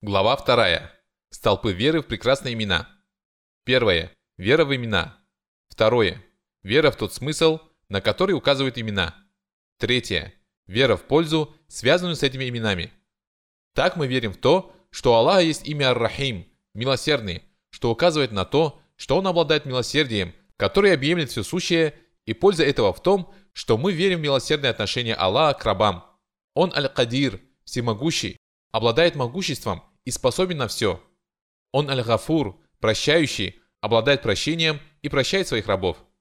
Глава 2. Столпы веры в прекрасные имена. 1. Вера в имена. 2. Вера в тот смысл, на который указывают имена. 3. Вера в пользу, связанную с этими именами. Так мы верим в то, что у Аллаха есть имя Ар-Рахим, милосердный, что указывает на то, что Он обладает милосердием, которое объемлет все сущее, и польза этого в том, что мы верим в милосердное отношение Аллаха к рабам. Он Аль-Кадир, всемогущий, обладает могуществом и способен на все. Он Аль-Гафур, прощающий, обладает прощением и прощает своих рабов.